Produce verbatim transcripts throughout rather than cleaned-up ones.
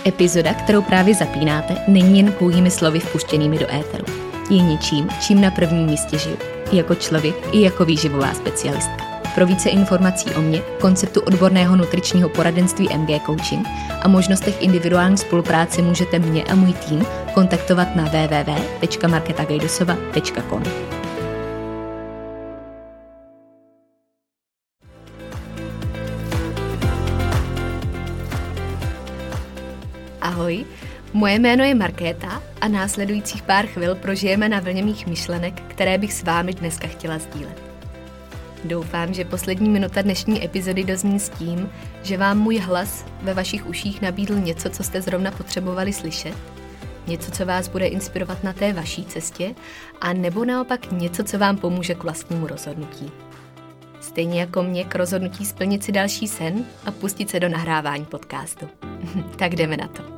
Epizoda, kterou právě zapínáte, není jen pouhými slovy vpuštěnými do éteru. Je něčím, čím na prvním místě žiju. I jako člověk, i jako výživová specialistka. Pro více informací o mně, konceptu odborného nutričního poradenství M G Coaching a možnostech individuální spolupráce můžete mě a můj tým kontaktovat na w w w tečka markéta gajdosova tečka com. Ahoj, moje jméno je Markéta a následujících pár chvil prožijeme na vlně mých myšlenek, které bych s vámi dneska chtěla sdílet. Doufám, že poslední minuta dnešní epizody dozní s tím, že vám můj hlas ve vašich uších nabídl něco, co jste zrovna potřebovali slyšet, něco, co vás bude inspirovat na té vaší cestě, a nebo naopak něco, co vám pomůže k vlastnímu rozhodnutí. Stejně jako mě k rozhodnutí splnit si další sen a pustit se do nahrávání podcastu. Tak jdeme na to.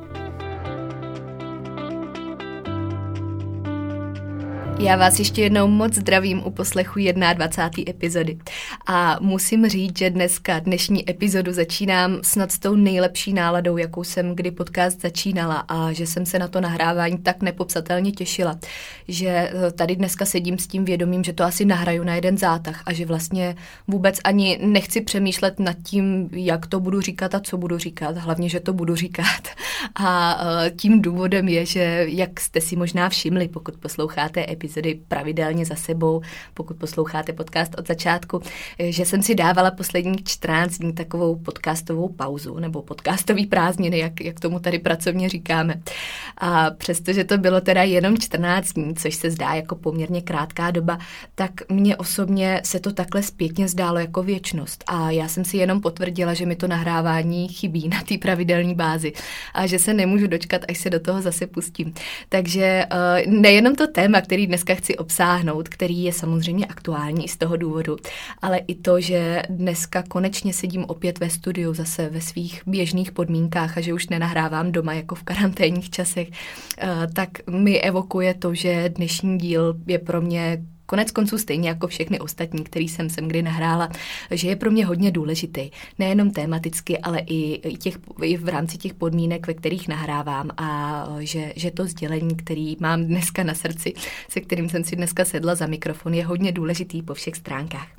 Já vás ještě jednou moc zdravím u poslechu dvacáté první epizody. A musím říct, že dneska, dnešní epizodu začínám snad s tou nejlepší náladou, jakou jsem kdy podcast začínala, a že jsem se na to nahrávání tak nepopsatelně těšila, že tady dneska sedím s tím vědomím, že to asi nahraju na jeden zátah a že vlastně vůbec ani nechci přemýšlet nad tím, jak to budu říkat a co budu říkat, hlavně, že to budu říkat. A tím důvodem je, že jak jste si možná všimli, pokud posloucháte epizody pravidelně za sebou, pokud posloucháte podcast od začátku, že jsem si dávala posledních čtrnáct dní takovou podcastovou pauzu, nebo podcastový prázdniny, jak, jak tomu tady pracovně říkáme. A přestože to bylo teda jenom čtrnáct dní, což se zdá jako poměrně krátká doba, tak mně osobně se to takhle zpětně zdálo jako věčnost. A já jsem si jenom potvrdila, že mi to nahrávání chybí na té pravidelné bázi a že se nemůžu dočkat, až se do toho zase pustím. Takže nejenom to téma, který dneska chci obsáhnout, který je samozřejmě aktuální i z toho důvodu, ale i to, že dneska konečně sedím opět ve studiu zase ve svých běžných podmínkách a že už nenahrávám doma jako v karanténních časech, tak mi evokuje to, že dnešní díl je pro mě konec konců stejně jako všechny ostatní, který jsem sem kdy nahrála, že je pro mě hodně důležitý. Nejenom tematicky, ale i, těch, i v rámci těch podmínek, ve kterých nahrávám, a že, že to sdělení, který mám dneska na srdci, se kterým jsem si dneska sedla za mikrofon, je hodně důležitý po všech stránkách.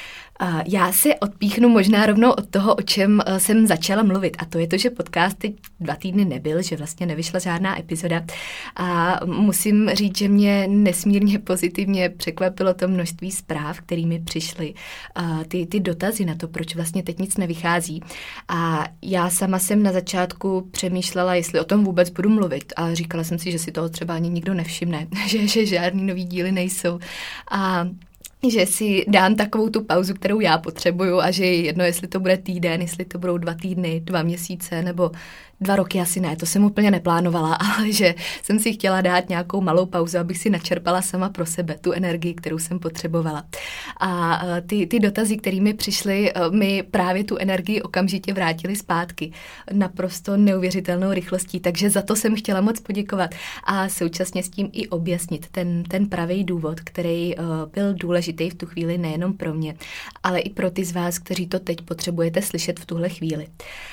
Já se odpíchnu možná rovnou od toho, o čem jsem začala mluvit, a to je to, že podcast teď dva týdny nebyl, že vlastně nevyšla žádná epizoda, a musím říct, že mě nesmírně pozitivně překvapilo to množství zpráv, kterými přišly ty, ty dotazy na to, proč vlastně teď nic nevychází. A já sama jsem na začátku přemýšlela, jestli o tom vůbec budu mluvit, a říkala jsem si, že si toho třeba ani nikdo nevšimne, že, že žádný nový díly nejsou. A že si dám takovou tu pauzu, kterou já potřebuju, a že je jedno, jestli to bude týden, jestli to budou dva týdny, dva měsíce nebo dva roky, asi ne, to jsem úplně neplánovala, ale že jsem si chtěla dát nějakou malou pauzu, abych si načerpala sama pro sebe tu energii, kterou jsem potřebovala. A ty, ty dotazy, kterými přišly, mi právě tu energii okamžitě vrátily zpátky naprosto neuvěřitelnou rychlostí, takže za to jsem chtěla moc poděkovat a současně s tím i objasnit ten, ten pravý důvod, který byl důležitý v tu chvíli nejenom pro mě, ale i pro ty z vás, kteří to teď potřebujete slyšet v tuhle chvíli.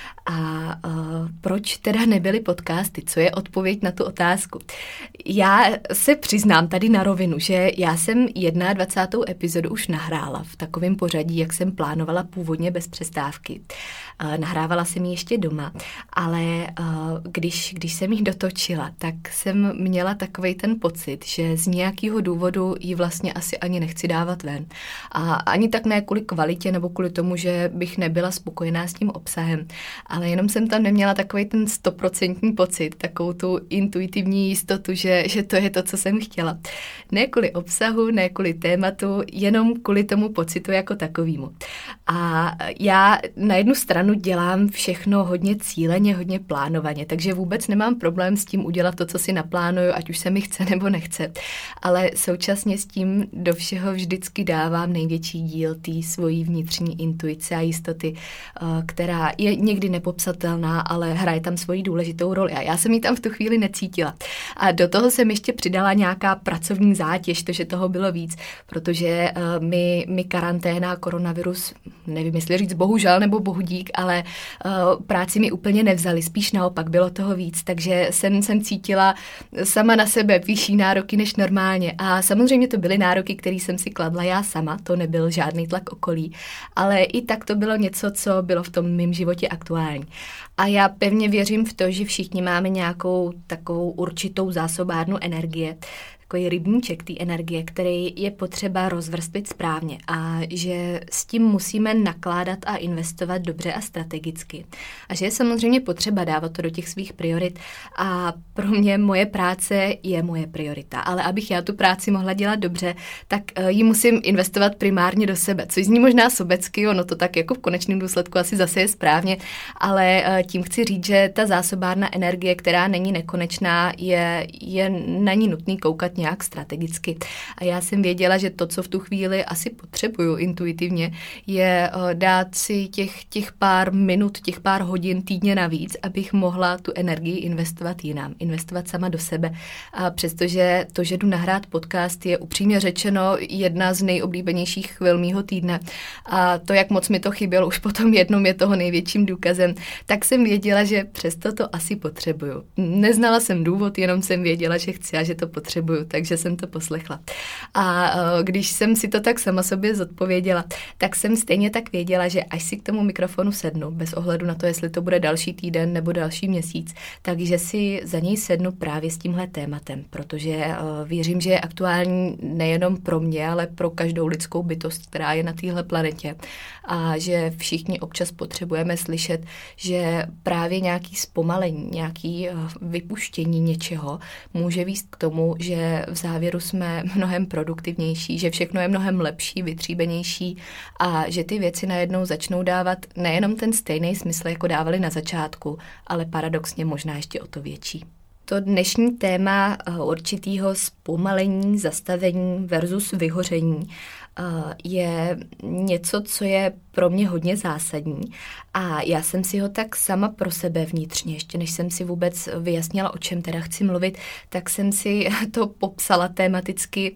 A uh, proč teda nebyly podcasty? Co je odpověď na tu otázku? Já se přiznám tady na rovinu, že já jsem dvacátou první epizodu už nahrála v takovém pořadí, jak jsem plánovala původně bez přestávky. Uh, nahrávala jsem ji ještě doma, ale uh, když, když jsem ji dotočila, tak jsem měla takovej ten pocit, že z nějakého důvodu ji vlastně asi ani nechci dávat ven. A ani tak ne kvůli kvalitě nebo kvůli tomu, že bych nebyla spokojená s tím obsahem, ale jenom jsem tam neměla takový ten stoprocentní pocit, takovou tu intuitivní jistotu, že, že to je to, co jsem chtěla. Ne kvůli obsahu, ne kvůli tématu, jenom kvůli tomu pocitu jako takovému. A já na jednu stranu dělám všechno hodně cíleně, hodně plánovaně, takže vůbec nemám problém s tím udělat to, co si naplánuju, ať už se mi chce nebo nechce. Ale současně s tím do všeho vždycky dávám největší díl té svojí vnitřní intuice a jistoty, která je někdy nepopsatelná, ale hraje tam svoji důležitou roli. A já jsem ji tam v tu chvíli necítila. A do toho jsem ještě přidala nějaká pracovní zátěž, to, že toho bylo víc, protože uh, my, my karanténa, koronavirus, nevím, jestli říct bohužel nebo bohudík, ale uh, práci mi úplně nevzali, spíš naopak, bylo toho víc, takže jsem, jsem cítila sama na sebe vyšší nároky než normálně. A samozřejmě to byly nároky, které jsem si kladla já sama, to nebyl žádný tlak okolí, ale i tak to bylo něco, co bylo v tom mém životě aktuální. A já pevně věřím v to, že všichni máme nějakou takovou určitou zásobárnu energie, takový rybníček té energie, který je potřeba rozvrstvit správně a že s tím musíme nakládat a investovat dobře a strategicky. A že je samozřejmě potřeba dávat to do těch svých priorit a pro mě moje práce je moje priorita, ale abych já tu práci mohla dělat dobře, tak ji musím investovat primárně do sebe, což zní možná sobecky, ono to tak jako v konečném důsledku asi zase je správně, ale tím chci říct, že ta zásobárna energie, která není nekonečná, je, je na ní nutný koukat nějak strategicky. A já jsem věděla, že to, co v tu chvíli asi potřebuju intuitivně, je dát si těch, těch pár minut, těch pár hodin týdně navíc, abych mohla tu energii investovat jinam, investovat sama do sebe. A přestože to, že jdu nahrát podcast, je upřímně řečeno jedna z nejoblíbenějších chvil mýho týdne. A to, jak moc mi to chybělo, už potom jednom je toho největším důkazem, tak jsem věděla, že přesto to asi potřebuju. Neznala jsem důvod, jenom jsem věděla, že chci a že to potřebuju, takže jsem to poslechla. A když jsem si to tak sama sobě zodpověděla, tak jsem stejně tak věděla, že až si k tomu mikrofonu sednu, bez ohledu na to, jestli to bude další týden nebo další měsíc, takže si za něj sednu právě s tímhle tématem, protože věřím, že je aktuální nejenom pro mě, ale pro každou lidskou bytost, která je na téhle planetě. A že všichni občas potřebujeme slyšet, že právě nějaký zpomalení, nějaký vypuštění něčeho může vést k tomu, že v závěru jsme mnohem produktivnější, že všechno je mnohem lepší, vytříbenější a že ty věci najednou začnou dávat nejenom ten stejný smysl, jako dávali na začátku, ale paradoxně možná ještě o to větší. To dnešní téma určitýho zpomalení, zastavení versus vyhoření je něco, co je pro mě hodně zásadní a já jsem si ho tak sama pro sebe vnitřně, ještě než jsem si vůbec vyjasnila, o čem teda chci mluvit, tak jsem si to popsala tematicky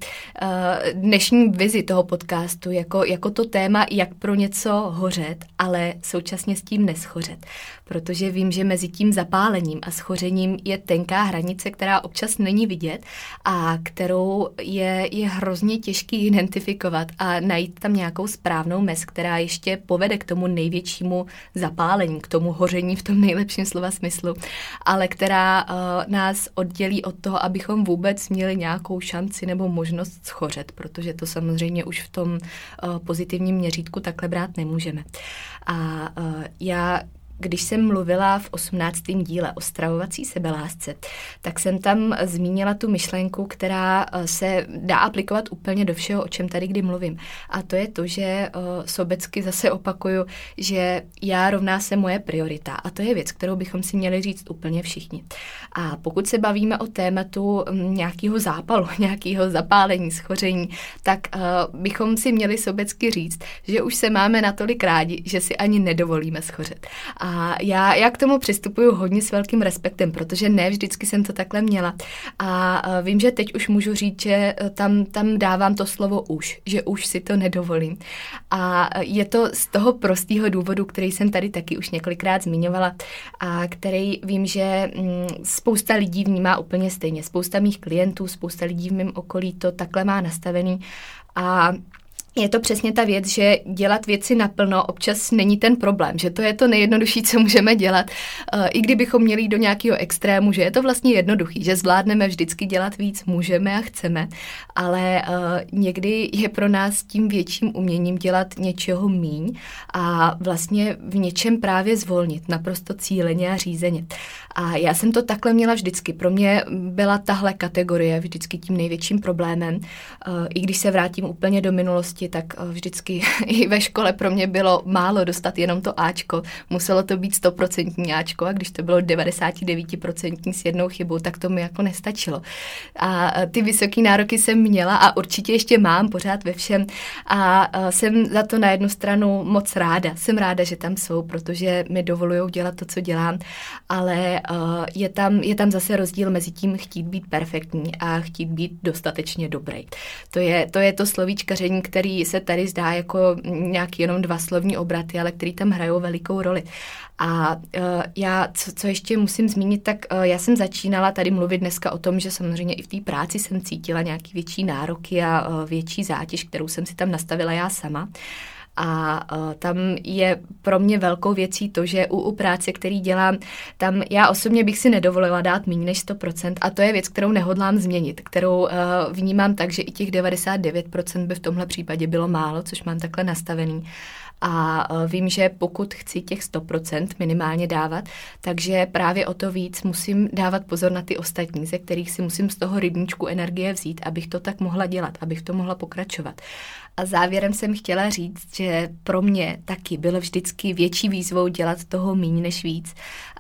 dnešní vizi toho podcastu jako, jako to téma, jak pro něco hořet, ale současně s tím neschořet, protože vím, že mezi tím zapálením a schořením je tenká hranice, která občas není vidět a kterou je, je hrozně těžký identifikovat a najít tam nějakou správnou mez, která ještě povede k tomu největšímu zapálení, k tomu hoření v tom nejlepším slova smyslu, ale která uh, nás oddělí od toho, abychom vůbec měli nějakou šanci nebo možnost schořet, protože to samozřejmě už v tom uh, pozitivním měřítku takhle brát nemůžeme. A uh, já Když jsem mluvila v osmnáctém díle o stravovací sebelásce, tak jsem tam zmínila tu myšlenku, která se dá aplikovat úplně do všeho, o čem tady kdy mluvím. A to je to, že sobecky zase opakuju, že já rovná se moje priorita. A to je věc, kterou bychom si měli říct úplně všichni. A pokud se bavíme o tématu nějakého zápalu, nějakého zapálení, schoření, tak bychom si měli sobecky říct, že už se máme natolik rádi, že si ani nedovolíme schořet. A já, já k tomu přistupuju hodně s velkým respektem, protože ne vždycky jsem to takhle měla. A vím, že teď už můžu říct, že tam, tam dávám to slovo už, že už si to nedovolím. A je to z toho prostého důvodu, který jsem tady taky už několikrát zmiňovala a který vím, že spousta lidí vnímá úplně stejně. Spousta mých klientů, spousta lidí v mém okolí to takhle má nastavený a je to přesně ta věc, že dělat věci naplno občas není ten problém, že to je to nejjednodušší, co můžeme dělat, i kdybychom měli jít do nějakého extrému, že je to vlastně jednoduchý, že zvládneme vždycky dělat víc, můžeme a chceme, ale někdy je pro nás tím větším uměním dělat něčeho míň a vlastně v něčem právě zvolnit, naprosto cíleně a řízeně. A já jsem to takhle měla vždycky. Pro mě byla tahle kategorie vždycky tím největším problémem. I když se vrátím úplně do minulosti, tak vždycky i ve škole pro mě bylo málo dostat jenom to Ačko. Muselo to být stoprocentní Ačko a když to bylo devadesát devět procent s jednou chybou, tak to mi jako nestačilo. A ty vysoké nároky jsem měla a určitě ještě mám pořád ve všem a jsem za to na jednu stranu moc ráda. Jsem ráda, že tam jsou, protože mi dovolují dělat to, co dělám, ale je tam, je tam zase rozdíl mezi tím chtít být perfektní a chtít být dostatečně dobrý. To je to, je to slovíčkaření, který se tady zdá jako nějaký jenom dva slovní obraty, ale který tam hrajou velikou roli. A uh, já, co, co ještě musím zmínit, tak uh, já jsem začínala tady mluvit dneska o tom, že samozřejmě i v té práci jsem cítila nějaký větší nároky a uh, větší zátěž, kterou jsem si tam nastavila já sama. A uh, tam je pro mě velkou věcí to, že u, u práce, který dělám, tam já osobně bych si nedovolila dát méně než sto procent a to je věc, kterou nehodlám změnit, kterou uh, vnímám tak, že i těch devadesát devět procent by v tomhle případě bylo málo, což mám takhle nastavený. A vím, že pokud chci těch sto procent minimálně dávat, takže právě o to víc musím dávat pozor na ty ostatní, ze kterých si musím z toho rybníčku energie vzít, abych to tak mohla dělat, abych to mohla pokračovat. A závěrem jsem chtěla říct, že pro mě taky bylo vždycky větší výzvou dělat toho míň než víc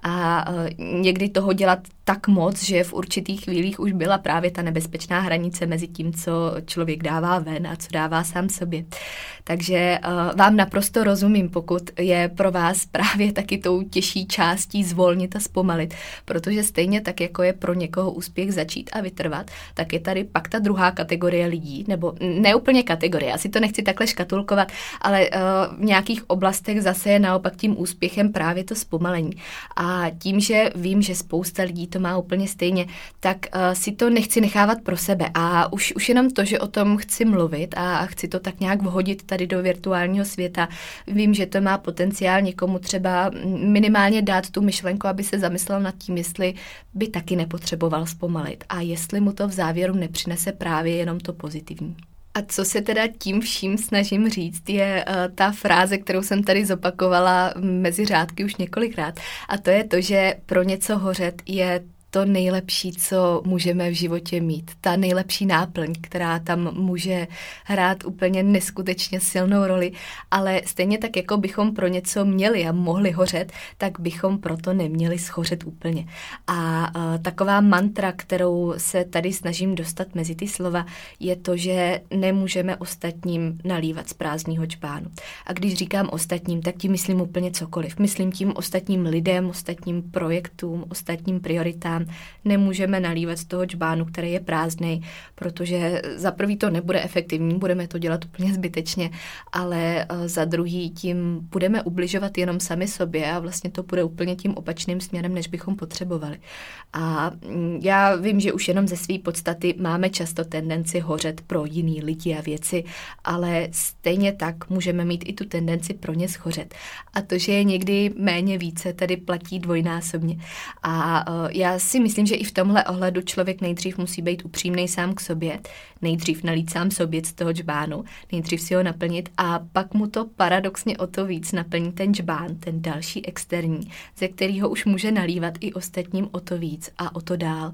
a někdy toho dělat tak moc, že v určitých chvílích už byla právě ta nebezpečná hranice mezi tím, co člověk dává ven a co dává sám sobě. Takže uh, vám naprosto rozumím, pokud je pro vás právě taky tou těžší částí zvolnit a zpomalit, protože stejně tak, jako je pro někoho úspěch začít a vytrvat, tak je tady pak ta druhá kategorie lidí, nebo ne úplně kategorie, asi to nechci takhle škatulkovat, ale uh, v nějakých oblastech zase je naopak tím úspěchem právě to zpomalení. A tím, že vím, že spousta lidí to má úplně stejně, tak uh, si to nechci nechávat pro sebe. A už, už jenom to, že o tom chci mluvit a chci to tak nějak vhodit tady do virtuálního světa, vím, že to má potenciál někomu třeba minimálně dát tu myšlenku, aby se zamyslel nad tím, jestli by taky nepotřeboval zpomalit a jestli mu to v závěru nepřinese právě jenom to pozitivní. A co se teda tím vším snažím říct, je uh, ta fráze, kterou jsem tady zopakovala mezi řádky už několikrát. A to je to, že pro něco hořet je to nejlepší, co můžeme v životě mít. Ta nejlepší náplň, která tam může hrát úplně neskutečně silnou roli, ale stejně tak, jako bychom pro něco měli a mohli hořet, tak bychom proto neměli schořet úplně. A uh, taková mantra, kterou se tady snažím dostat mezi ty slova, je to, že nemůžeme ostatním nalívat z prázdného čbánu. A když říkám ostatním, tak tím myslím úplně cokoliv. Myslím tím ostatním lidem, ostatním projektům, ostatním prioritám. Nemůžeme nalívat z toho čbánu, který je prázdnej, protože za prvý to nebude efektivní, budeme to dělat úplně zbytečně, ale za druhý tím budeme ubližovat jenom sami sobě a vlastně to bude úplně tím opačným směrem, než bychom potřebovali. A já vím, že už jenom ze své podstaty máme často tendenci hořet pro jiný lidi a věci, ale stejně tak můžeme mít i tu tendenci pro ně schořet. A to, že je někdy méně více, tady platí dvojnásobně. A já si myslím, že i v tomhle ohledu člověk nejdřív musí být upřímnej sám k sobě, nejdřív nalít sám sobě z toho džbánu, nejdřív si ho naplnit a pak mu to paradoxně o to víc naplní ten džbán, ten další externí, ze kterého už může nalívat i ostatním o to víc a o to dál.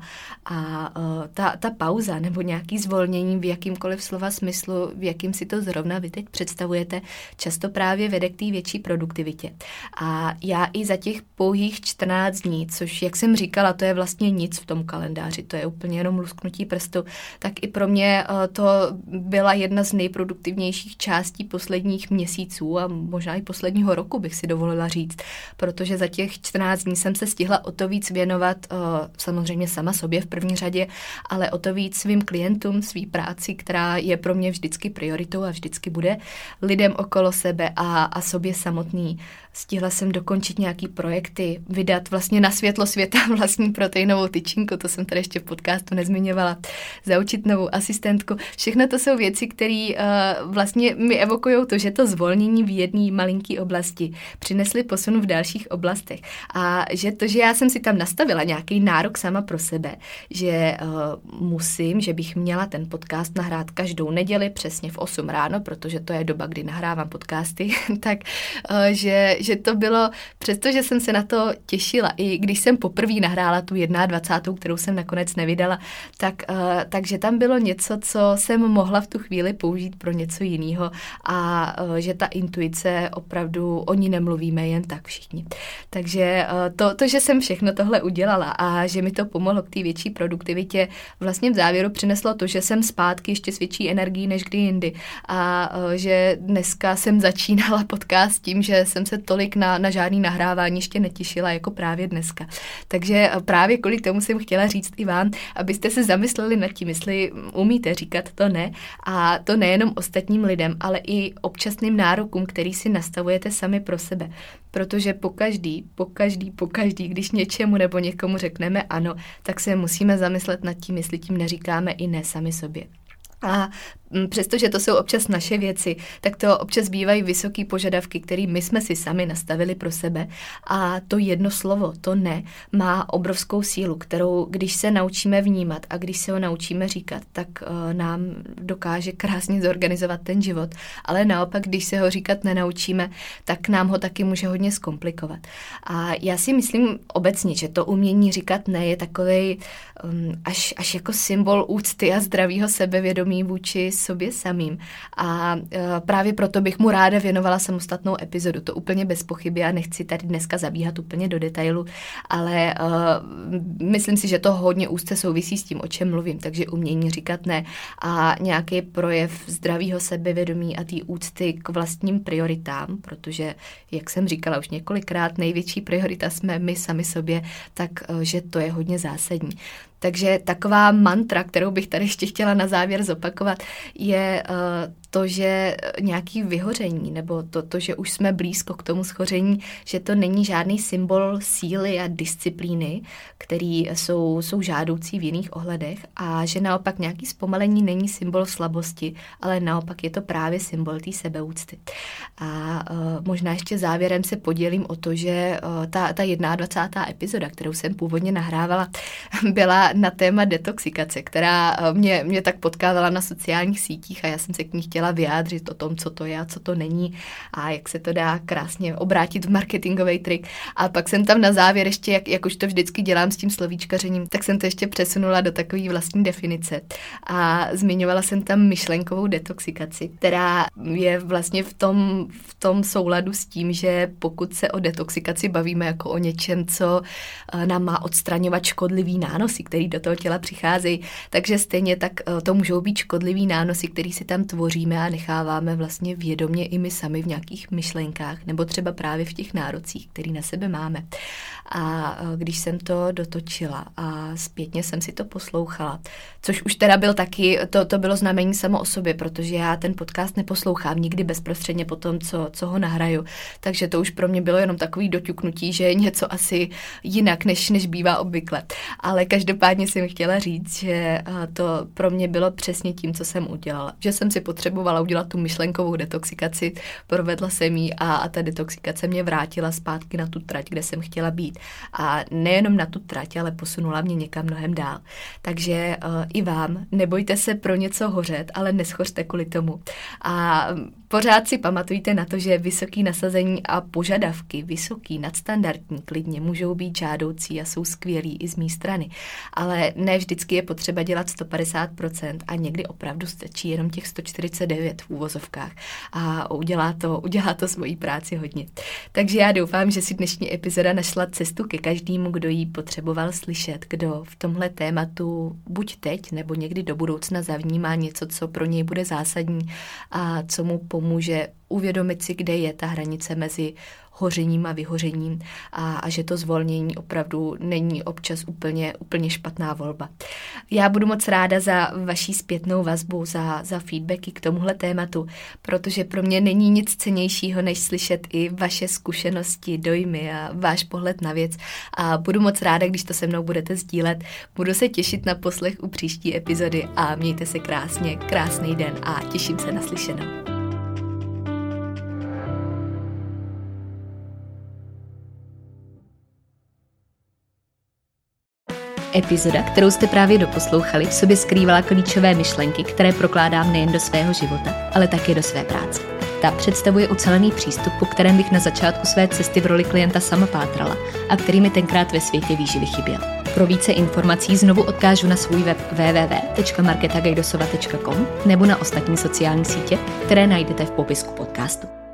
A uh, ta, ta pauza nebo nějaký zvolnění v jakýmkoliv slova smyslu, v jakým si to zrovna vy teď představujete, často právě vede k té větší produktivitě. A já i za těch pouhých čtrnáct dní, což, jak jsem říkala, to je vlastně nic v tom kalendáři, to je úplně jenom lusknutí prstu, tak i pro mě to byla jedna z nejproduktivnějších částí posledních měsíců a možná i posledního roku bych si dovolila říct, protože za těch čtrnáct dní jsem se stihla o to víc věnovat samozřejmě sama sobě v první řadě, ale o to víc svým klientům, svý práci, která je pro mě vždycky prioritou a vždycky bude, lidem okolo sebe a, a sobě samotný. Stihla jsem dokončit nějaký projekty, vydat vlastně na světlo světa vlastní proteinovou tyčinku, to jsem tady ještě v podcastu nezmiňovala, zaučit novou asistentku. Všechno to jsou věci, které uh, vlastně mi evokují to, že to zvolnění v jedné malinké oblasti přinesly posun v dalších oblastech. A že to, že já jsem si tam nastavila nějaký nárok sama pro sebe, že uh, musím, že bych měla ten podcast nahrát každou neděli přesně v osm ráno, protože to je doba, kdy nahrávám podcasty, tak uh, že že to bylo, přestože jsem se na to těšila, i když jsem poprvé nahrála tu dvacátou, kterou jsem nakonec nevydala, tak, uh, takže tam bylo něco, co jsem mohla v tu chvíli použít pro něco jiného a uh, že ta intuice opravdu, o ní nemluvíme jen tak všichni. Takže uh, to, to, že jsem všechno tohle udělala a že mi to pomohlo k té větší produktivitě, vlastně v závěru přineslo to, že jsem zpátky ještě s větší energií než kdy jindy a uh, že dneska jsem začínala podcast tím, že jsem se tolik na, na žádný nahrávání ještě netěšila jako právě dneska. Takže právě kvůli tomu jsem chtěla říct i vám, abyste se zamysleli nad tím, jestli umíte říkat to ne a to nejenom ostatním lidem, ale i občasným nárokům, který si nastavujete sami pro sebe. Protože pokaždý, pokaždý, pokaždý, když něčemu nebo někomu řekneme ano, tak se musíme zamyslet nad tím, jestli tím neříkáme i ne sami sobě. A přestože to jsou občas naše věci, tak to občas bývají vysoké požadavky, které my jsme si sami nastavili pro sebe. A to jedno slovo, to ne, má obrovskou sílu, kterou když se naučíme vnímat a když se ho naučíme říkat, tak uh, nám dokáže krásně zorganizovat ten život. Ale naopak, když se ho říkat nenaučíme, tak nám ho taky může hodně zkomplikovat. A já si myslím obecně, že to umění říkat ne je takovej um, až, až jako symbol úcty a zdravého sebevědomí vůči sobě samým. A uh, právě proto bych mu ráda věnovala samostatnou epizodu. To úplně bez pochyby a nechci tady dneska zabíhat úplně do detailu, ale uh, myslím si, že to hodně úzce souvisí s tím, o čem mluvím, takže umění říkat ne a nějaký projev zdravého sebevědomí a té úcty k vlastním prioritám, protože, jak jsem říkala už několikrát, největší priorita jsme my sami sobě, tak uh, že to je hodně zásadní. Takže taková mantra, kterou bych tady ještě chtěla na závěr zopakovat, je uh, to, že nějaký vyhoření, nebo to, to, že už jsme blízko k tomu schoření, že to není žádný symbol síly a disciplíny, který jsou, jsou žádoucí v jiných ohledech a že naopak nějaký zpomalení není symbol slabosti, ale naopak je to právě symbol té sebeúcty. A uh, možná ještě závěrem se podělím o to, že uh, ta, ta dvacátá jedna epizoda, kterou jsem původně nahrávala, byla na téma detoxikace, která mě, mě tak potkávala na sociálních sítích a já jsem se k ní chtěla vyjádřit o tom, co to je a co to není a jak se to dá krásně obrátit v marketingový trik. A pak jsem tam na závěr ještě, jak, jak už to vždycky dělám s tím slovíčkařením, tak jsem to ještě přesunula do takové vlastní definice. A zmiňovala jsem tam myšlenkovou detoxikaci, která je vlastně v tom, v tom souladu s tím, že pokud se o detoxikaci bavíme jako o něčem, co nám má odstraňovat škodlivý nánosy, který do toho těla přicházejí, takže stejně tak to můžou být škodlivý nánosy, který si tam tvoříme a necháváme vlastně vědomě i my sami v nějakých myšlenkách, nebo třeba právě v těch nárocích, který na sebe máme. A když jsem to dotočila a zpětně jsem si to poslouchala, což už teda byl taky, to, to bylo znamení samo o sobě, protože já ten podcast neposlouchám nikdy bezprostředně po tom, co, co ho nahraju, takže to už pro mě bylo jenom takový doťuknutí, že je něco asi jinak, než, než bývá obvykle. Ale každopádně jsem chtěla říct, že to pro mě bylo přesně tím, co jsem udělala. Že jsem si potřebovala udělat tu myšlenkovou detoxikaci, provedla jsem ji a, a ta detoxikace mě vrátila zpátky na tu trať, kde jsem chtěla být. A nejenom na tu trať, ale posunula mě někam mnohem dál. Takže uh, i vám, nebojte se pro něco hořet, ale neschořte kvůli tomu. A pořád si pamatujte na to, že vysoký nasazení a požadavky, vysoký, nadstandardní, klidně můžou být žádoucí a jsou skvělí i z mé strany. Ale ne vždycky je potřeba dělat sto padesát procent a někdy opravdu stačí jenom těch sto čtyřicet devět v úvozovkách a udělá to, udělá to svoji práci hodně. Takže já doufám, že si dnešní epizoda našla cestu ke každému, kdo ji potřeboval slyšet, kdo v tomhle tématu buď teď nebo někdy do budoucna zavnímá něco, co pro něj bude zásadní a co mu pomůže uvědomit si, kde je ta hranice mezi hořením a vyhořením a, a že to zvolnění opravdu není občas úplně, úplně špatná volba. Já budu moc ráda za vaší zpětnou vazbu, za, za feedbacky k tomuhle tématu, protože pro mě není nic cennějšího, než slyšet i vaše zkušenosti, dojmy a váš pohled na věc a budu moc ráda, když to se mnou budete sdílet. Budu se těšit na poslech u příští epizody a mějte se krásně, krásný den a těším se na slyšenou. Epizoda, kterou jste právě doposlouchali, v sobě skrývala klíčové myšlenky, které prokládám nejen do svého života, ale také do své práce. Ta představuje ucelený přístup, po kterém bych na začátku své cesty v roli klienta sama pátrala a který mi tenkrát ve světě výživy chyběl. Pro více informací znovu odkážu na svůj web w w w tečka marketa gajdosova tečka com nebo na ostatní sociální sítě, které najdete v popisku podcastu.